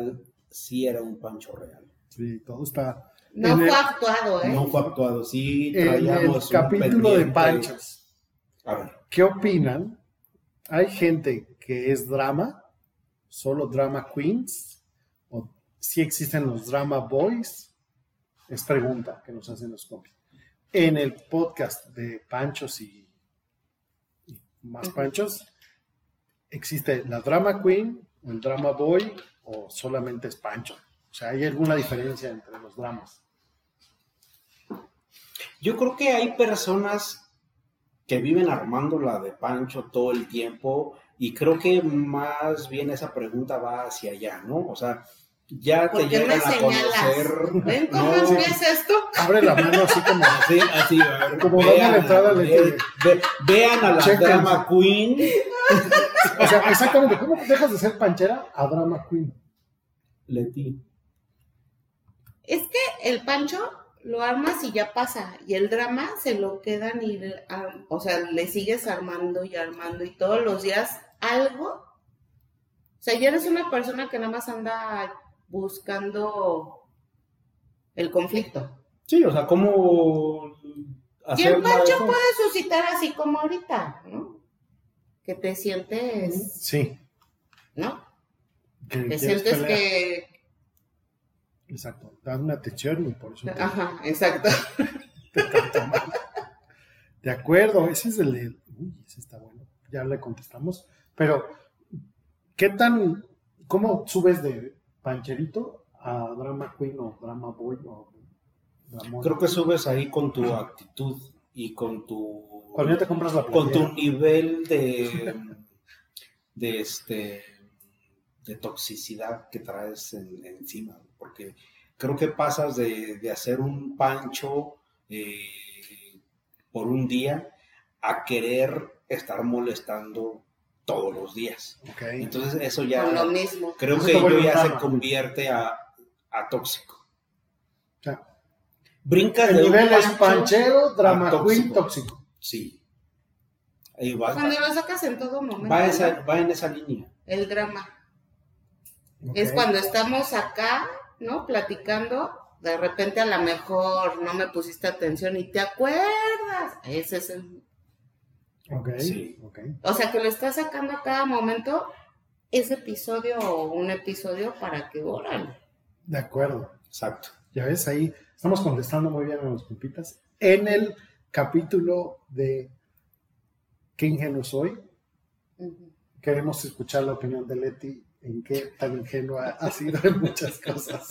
sí era un Pancho real. Sí, todo está... No fue el, actuado, ¿eh? No fue actuado, sí en traíamos el capítulo de Panchos. A ver. ¿Qué opinan? ¿Hay gente que es drama? ¿Solo drama queens? ¿O sí existen los drama boys? Es pregunta que nos hacen los compis. En el podcast de Panchos y, y más Panchos, ¿existe la drama queen, el drama boy o solamente es Pancho? O sea, ¿hay alguna diferencia entre los dramas? Yo creo que hay personas que viven armando la de Pancho todo el tiempo y creo que más bien esa pregunta va hacia allá, ¿no? O sea, ya te llegan a conocer. ¿Ven cómo no, empieza esto? Abre la mano así como... Así, así, a ver. Como dame la entrada de- ve- ve- vean a la Chequen. drama queen. O sea, exactamente, ¿cómo dejas de ser panchera a drama queen? Leti. Es que el Pancho lo armas y ya pasa, y el drama se lo quedan y, ah, o sea, le sigues armando y armando y todos los días algo. O sea, ya eres una persona que nada más anda buscando el conflicto. Sí, o sea, ¿cómo Y hacer el Pancho eso? puede suscitar así como ahorita, ¿no? Que te sientes, Sí. ¿no? Que Te quieres sientes pelear. que... Exacto, dame atención y por eso te, Ajá, exacto. te trata mal. De acuerdo, ese es el de... Uy, ese está bueno, ya le contestamos. Pero, ¿qué tan... ¿Cómo subes de pancherito a drama queen o drama boy o drama... Creo que subes ahí con tu actitud y con tu Cuando ya te compras la con playera. tu nivel de de este de toxicidad que traes en, encima, porque creo que pasas de, de hacer un Pancho eh, por un día a querer estar molestando todos los días. Okay. Entonces eso ya Con lo mismo. creo Eso que está bueno, yo ya drama. se convierte a, a tóxico. O sea, Brincas el de un nivel es Pancho panchero, drama a queen, tóxico. Sí. Ahí va. Cuando lo sacas en todo momento. Va, ¿no? esa, va en esa línea. El drama. Okay. Es cuando estamos acá, ¿no? Platicando, de repente a lo mejor no me pusiste atención y te acuerdas. Ese es el... Ok, Sí. ok. O sea, que lo estás sacando a cada momento, ese episodio o un episodio para que oran. De acuerdo. Exacto. Ya ves, ahí estamos contestando muy bien a los compitas. En el capítulo de ¿Qué ingenuo soy? Uh-huh. Queremos escuchar la opinión de Leti en qué tan ingenua ha sido en muchas cosas.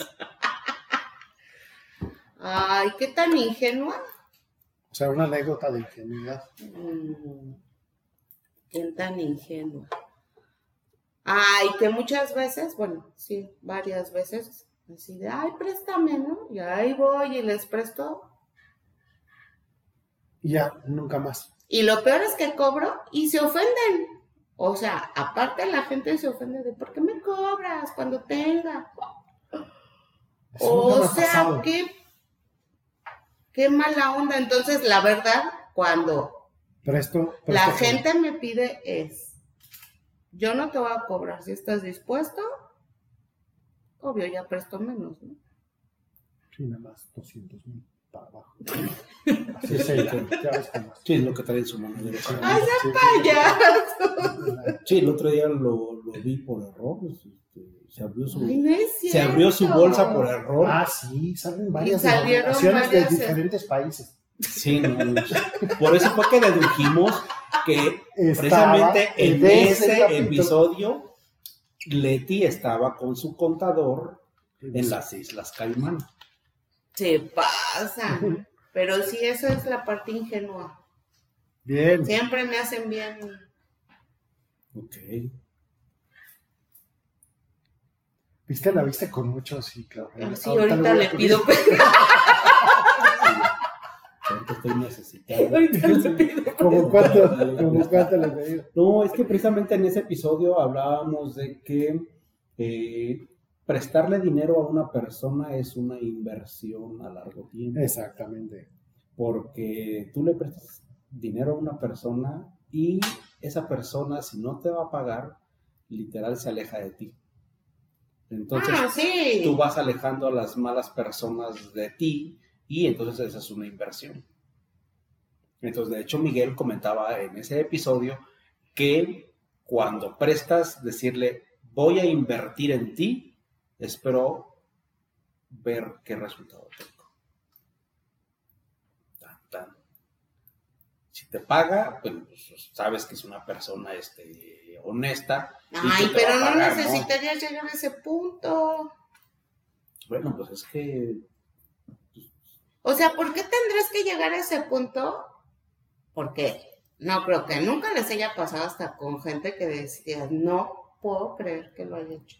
Ay, qué tan ingenua. O sea, una anécdota de ingenuidad. Mm, qué tan ingenua. Ay, que muchas veces, bueno, sí, varias veces, así de, ay, préstame, ¿no? Y ahí voy y les presto. Y ya, nunca más. Y lo peor es que cobro y se ofenden. O sea, aparte la gente se ofende de, ¿por qué me cobras cuando tenga? Eso nunca me O ha sea, pasado. qué, qué mala onda. Entonces, la verdad, cuando Presto, presto la todo. gente me pide es, yo no te voy a cobrar, si estás dispuesto, obvio, ya presto menos, ¿no? Sí, nada más doscientos mil para abajo. Así es ella, ya ves cómo es. Sí, es lo que trae en su monedero. ¡Ay, Sí, payaso! Sí, el otro día lo, lo vi por error. Este, se abrió su, Ay, no es se abrió su cierto. bolsa por error. Ah, sí, salen varias Y salieron denominaciones de varias, eh. diferentes países. Sí, no, no. Por eso fue que dedujimos que Estaba precisamente en de ese capítulo. episodio Leti estaba con su contador en las Islas Caimán. Se pasa. Pero sí, eso es la parte ingenua. Bien. Siempre me hacen bien. Ok. ¿Viste? La viste con mucho, sí, claro. Sí, ahorita, voy a le pedir. pido perdón. Ahorita estoy necesitado. Ahorita le pido ¿Cómo cuánto, como cuánto le pedí? No, es que precisamente en ese episodio hablábamos de que eh, prestarle dinero a una persona es una inversión a largo tiempo. Exactamente. Porque tú le prestas dinero a una persona y esa persona, si no te va a pagar, literal se aleja de ti. Entonces, ah, sí. tú vas alejando a las malas personas de ti y entonces esa es una inversión. Entonces, de hecho, Miguel comentaba en ese episodio que cuando prestas, decirle, voy a invertir en ti, espero ver qué resultado tengo. Tan, tan. Si te paga, pues sabes que es una persona este, honesta. Ay, pero no pagar, necesitarías ¿no? llegar a ese punto. Bueno, pues es que... O sea, ¿por qué tendrías que llegar a ese punto? Porque no creo que nunca les haya pasado hasta con gente que decía, no puedo creer que lo haya hecho.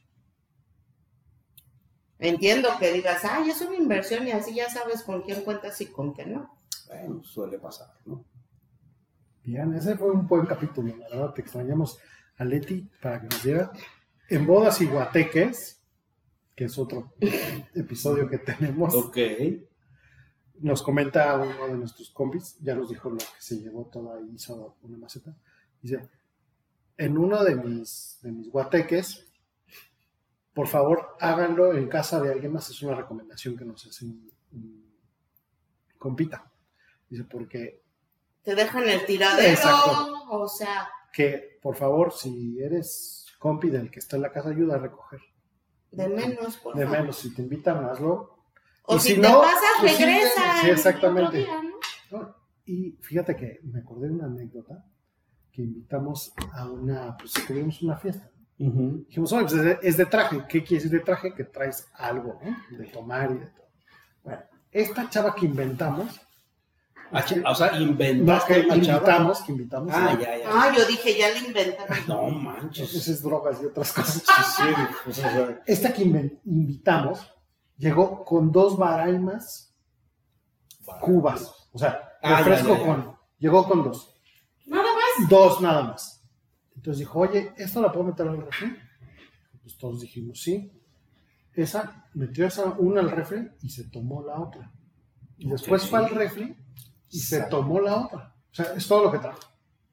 Entiendo que digas, ay, es una inversión y así ya sabes con quién cuentas y con quién no. Bueno, suele pasar, ¿no? Bien, ese fue un buen capítulo, la verdad, te extrañamos a Leti para que nos diera En Bodas y Guateques, que es otro episodio que tenemos. Ok. Nos comenta uno de nuestros compis, ya nos dijo lo que se llevó toda y hizo una maceta. Dice, en uno de mis, de mis guateques, por favor, háganlo en casa de alguien más. Es una recomendación que nos hace un, un compita. Dice, porque... te dejan el tiradero. Exacto. O sea... que, por favor, si eres compi del que está en la casa, ayuda a recoger. De menos, por De favor. menos, si te invitan, hazlo. O y si, si te no, pasas, pues regresa. Sí, exactamente. Día, ¿no? No, y fíjate que me acordé de una anécdota que invitamos a una, pues tuvimos una fiesta. Uh-huh. Dijimos, oye, pues es de, es de traje. ¿Qué quiere decir de traje? Que traes algo, ¿no? De tomar y de todo. Bueno, esta chava que inventamos. Ah, o sea, inventaste no, que invitamos, que invitamos. Ah, ya, ya. Ah, yo dije, ya la inventaron. No manches. Esas es drogas y otras cosas. Sí, sí, o sea, esta que inven- invitamos llegó con dos baraimas cubas. O sea, ah, refresco ya, ya, ya. con... Llegó con dos. ¿Nada más? Dos nada más. Entonces dijo, oye, ¿esto la puedo meter al refri? Pues todos dijimos, sí. Esa, metió esa una al refri y se tomó la otra. Y después okay. fue al refri y se tomó la otra. O sea, es todo lo que trajo.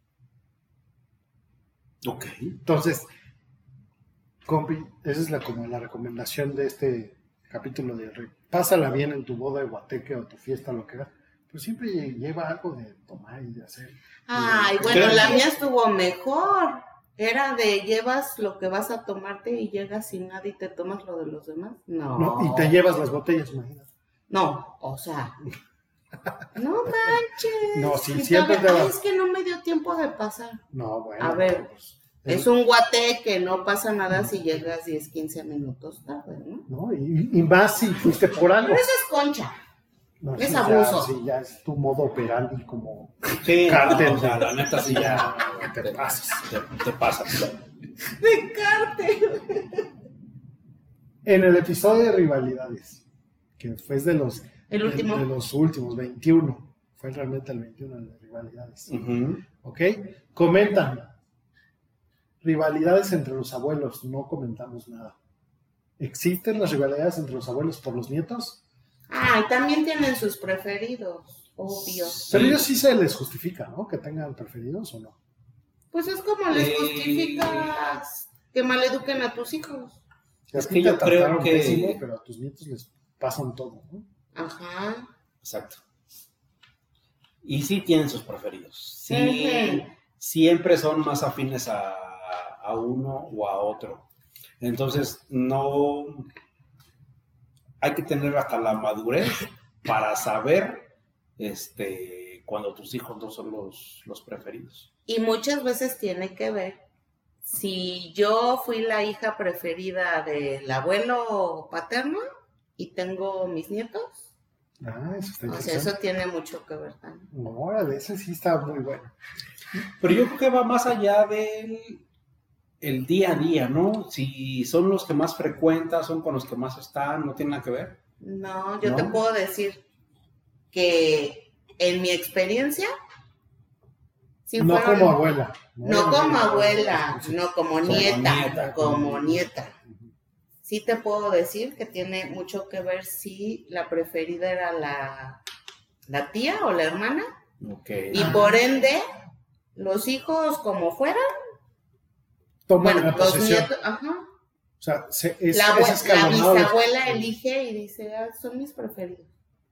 Ok. Entonces, compi, esa es la, como la recomendación de este capítulo de Rey. Pásala bien en tu boda de guateque o tu fiesta, lo que hagas. Pero siempre lleva algo de tomar y de hacer. Ay, bueno, la mía estuvo mejor. Era de llevas lo que vas a tomarte y llegas sin nada y te tomas lo de los demás. No. No, y te llevas las botellas, imagínate. No, o sea... No manches. No, sí, siempre te vas. Es que no me dio tiempo de pasar. No, bueno. A ver, pues, es, es un guate que no pasa nada si llegas diez, quince minutos tarde, ¿no? No, y, y más si fuiste por algo. Pero eso es concha. No, es sí, abuso. Ya, sí, ya es tu modo operandi como sí, cártel. No, o sea, la neta sí ya te, te pasas. Te, te pasas. De cártel. En el episodio de rivalidades, que fue de los... El último. De, de los últimos, veintiuno. Fue realmente el veintiuno de rivalidades. Uh-huh. ¿Ok? Comentan. Rivalidades entre los abuelos. No comentamos nada. ¿Existen las rivalidades entre los abuelos por los nietos? Ah, y también tienen sus preferidos, obvio. Pero ellos sí se les justifica, ¿no? Que tengan preferidos o no. Pues es como les justificas que maleduquen a tus hijos. Es que yo creo que... Pésimo, pero a tus nietos les pasan todo, ¿no? Ajá. Exacto. Y sí tienen sus preferidos. Sí, uh-huh. Siempre son más afines a, a uno o a otro. Entonces, no... Hay que tener hasta la madurez para saber este, cuando tus hijos no son los, los preferidos. Y muchas veces tiene que ver si yo fui la hija preferida del abuelo paterno y tengo mis nietos. Ah, eso está o sea, eso tiene mucho que ver también. No, ese sí está muy bueno. Pero yo creo que va más allá del el día a día, ¿no? Si son los que más frecuentas, son con los que más están, ¿no tiene nada que ver? No, yo ¿No? te puedo decir que en mi experiencia... Si no fueron, como abuela. No, no como abuela, no como nieta, nieta, como nieta. Sí te puedo decir que tiene mucho que ver si la preferida era la, la tía o la hermana. Okay. Y por ende, los hijos como fueran, toman bueno, la los posesión. nietos, ajá. O sea, se, es, la, es la bisabuela elige y dice, ah, son mis preferidos.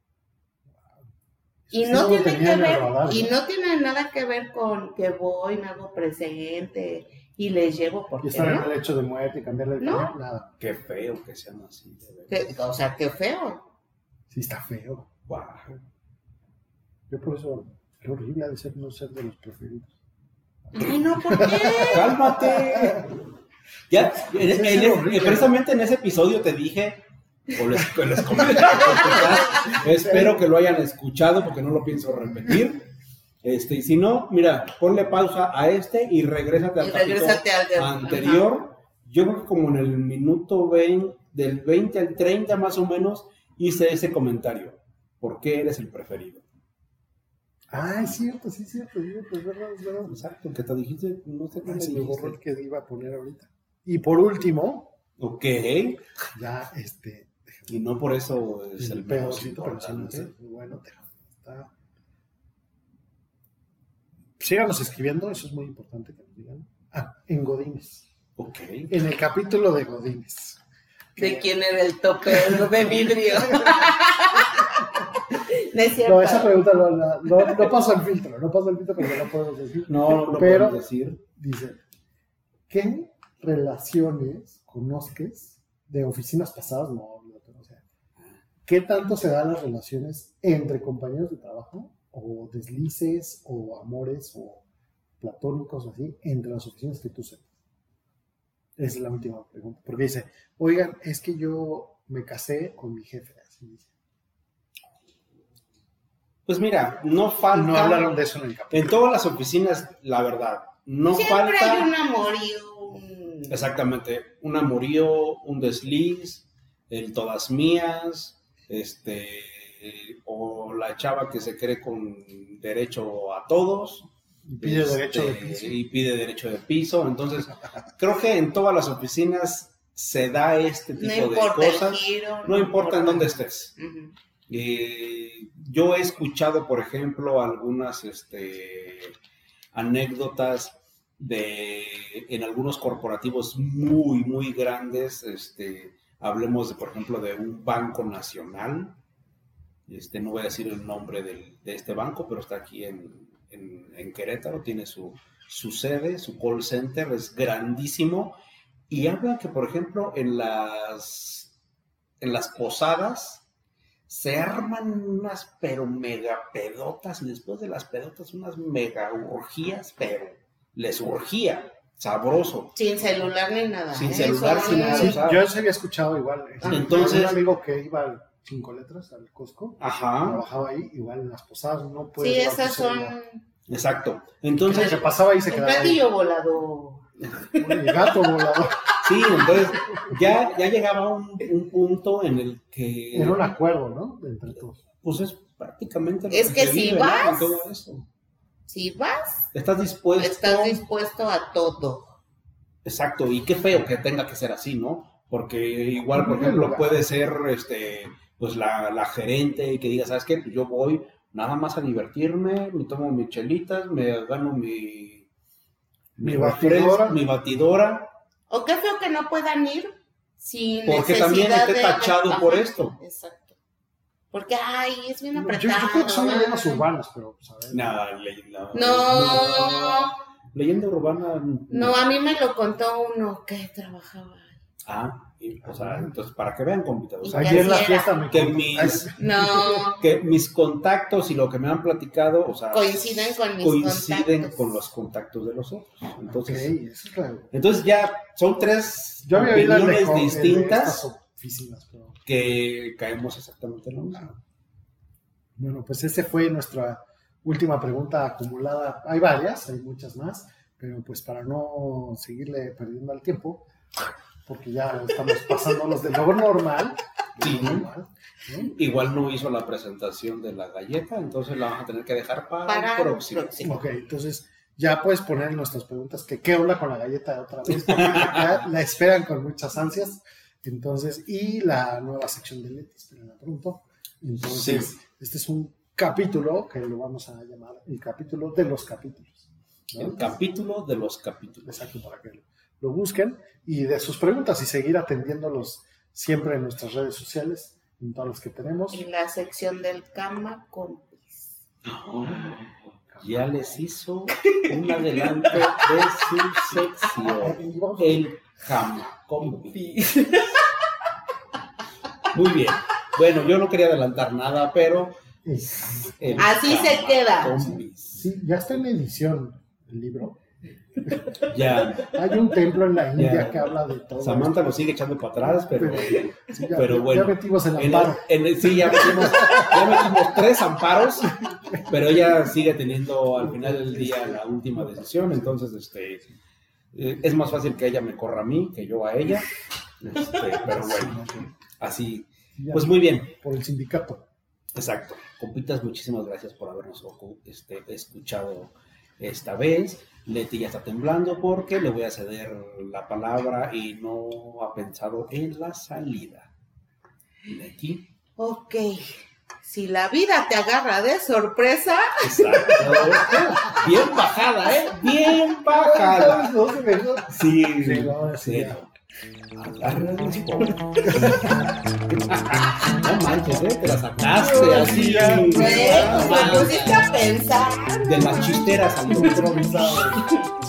Y no, tiene que ver, radar, ¿no? y no tiene nada que ver con que voy, me hago presente y les llevo por y estar en el lecho de muerte y cambiarle el ¿No? camino, nada. Qué feo que sean así. Que, o sea, qué feo. Sí, está feo. Wow. Yo por eso, qué horrible ha de ser no ser de los preferidos. Ay, no, ¿por qué? ¡Cálmate! Ya, en, en, en, precisamente en ese episodio te dije, o les, les comenté, espero que lo hayan escuchado porque no lo pienso repetir. Este, y si no, mira, ponle pausa a este y regrésate al y regrésate capítulo al de, anterior. Ajá. Yo creo que como en el minuto veinte, del veinte al treinta más o menos, hice ese comentario. ¿Por qué eres el preferido? Ah, es cierto, sí es cierto, es cierto, es verdad, es verdad. Exacto, que te dijiste, no sé qué se me me borró el que iba a poner ahorita. Y por último, ok, ya este, y no por eso es el, el peorcito, pero sí no es muy bueno, está. Síganos escribiendo, eso es muy importante que nos digan. Ah, en Godínez. Ok. En el capítulo de Godínez. ¿De quién era el topper de vidrio? No, es no, esa pregunta no, no, no, no pasa el filtro, no pasa el filtro porque no lo podemos decir. No, no lo pero, podemos decir. Dice, ¿qué relaciones conozcas de oficinas pasadas? No, o sea, ¿qué tanto se dan las relaciones entre compañeros de trabajo o deslices o amores o platónicos o así entre las oficinas que tú sepas? Esa es la última pregunta, porque dice, oigan, es que yo me casé con mi jefe, así dice. Pues mira, no falta. No hablaron de eso en el capítulo. En todas las oficinas, la verdad, no Siempre falta. Siempre hay un amorío. Un... Exactamente, un amorío, un desliz, el todas mías, este, o la chava que se cree con derecho a todos. Y pide este, derecho de piso. Y pide derecho de piso. Entonces, creo que en todas las oficinas se da este tipo no de cosas. Giro, no, no importa en dónde estés. Uh-huh. Eh, yo he escuchado, por ejemplo, algunas este, anécdotas de en algunos corporativos muy, muy grandes. Este, hablemos, de, por ejemplo, de un banco nacional. Este, no voy a decir el nombre del, de este banco, pero está aquí en, en, en Querétaro. Tiene su, su sede, su call center, es grandísimo. Y hablan que, por ejemplo, en las, en las posadas se arman unas pero mega pedotas y después de las pedotas unas mega orgías, pero les urgía, sabroso. Sin celular ni nada. Sin ¿eh? celular, sin nada. Sí, yo se había escuchado igual. Ah, entonces, un amigo que iba al Cinco Letras, al Costco, ajá. trabajaba ahí, igual en las posadas, no puede. Sí, esas son... Exacto. Entonces, se pasaba ahí y se el quedaba platillo ahí. volador. El gato volador. Sí, entonces ya, ya llegaba un, un punto en el que... Era un acuerdo, ¿no? Entre todos. Pues es prácticamente lo es que, que se si vive, vas, ¿no? En todo eso. Si vas, estás dispuesto... Estás dispuesto a todo. Exacto, y qué feo que tenga que ser así, ¿no? Porque igual, por ejemplo, puede ser este, pues la, la gerente que diga, ¿sabes qué? Pues yo voy nada más a divertirme, me tomo mis chelitas, me gano mi... Mi batidora. Mi batidora. O qué feo que no puedan ir sin porque también esté de... tachado Ajá, por esto. Exacto. Porque, ay, es bien apretado. Yo, yo creo que son leyendas urbanas, pero, pues, a ver. Nada, leyenda. No. no. Leyenda urbana. No. no, a mí me lo contó uno que trabajaba. Ah, y, o sea, entonces, para que vean, compitados. Ayer en la fiesta me que mis, no. que mis contactos y lo que me han platicado, o sea, coinciden con mis coinciden contactos. con los contactos de los otros. Entonces, okay, eso es claro. Entonces ya son tres Yo había opiniones de, distintas de oficinas, pero... que caemos exactamente en lo mismo. Bueno, pues esa fue nuestra última pregunta acumulada. Hay varias, hay muchas más, pero pues para no seguirle perdiendo el tiempo, porque ya estamos pasándonos de lo normal. Sí. normal ¿sí? Igual no hizo la presentación de la galleta, entonces la vamos a tener que dejar para, para el próximo. próximo. Ok, entonces ya puedes poner en nuestras preguntas que qué onda con la galleta de otra vez, porque ya la esperan con muchas ansias. Entonces, y la nueva sección de Leti, esperen pronto. Entonces, sí. Este es un capítulo que lo vamos a llamar el capítulo de los capítulos, ¿no? El capítulo de los capítulos. Exacto, para que lo busquen, y de sus preguntas y seguir atendiéndolos siempre en nuestras redes sociales, en todas las que tenemos. Y la sección del Cama Compis. Oh, ya les hizo un adelanto de su sección, el Cama Compis. Muy bien. Bueno, yo no quería adelantar nada, pero Sí. Así se queda. Sí, sí, ya está en edición el libro. Ya. Hay un templo en la India Ya. que habla de todo. Samantha lo sigue echando para atrás, pero, Pero, sí, ya, pero ya- bueno. ya metimos el En amparo. el- en el- sí, ya metimos, ya metimos tres amparos, pero ella sigue teniendo al final del día la última decisión, entonces este eh, es más fácil que ella me corra a mí que yo a ella, este, pero bueno, así, Ya, pues muy bien, por el sindicato. exacto. Compitas, muchísimas gracias por habernos ocu- este, escuchado esta vez. Leti ya está temblando porque le voy a ceder la palabra y no ha pensado en la salida. Leti. Ok. Si la vida te agarra de sorpresa, Exacto. Bien bajada, ¿eh? Bien bajada. No se me- Sí, Sí, no, sí, sí. ya. Agárralos, por- No manches, ¿eh? Te la sacaste así. güey, pues me pusiste a pensar. De las chisteras salió. Improvisado.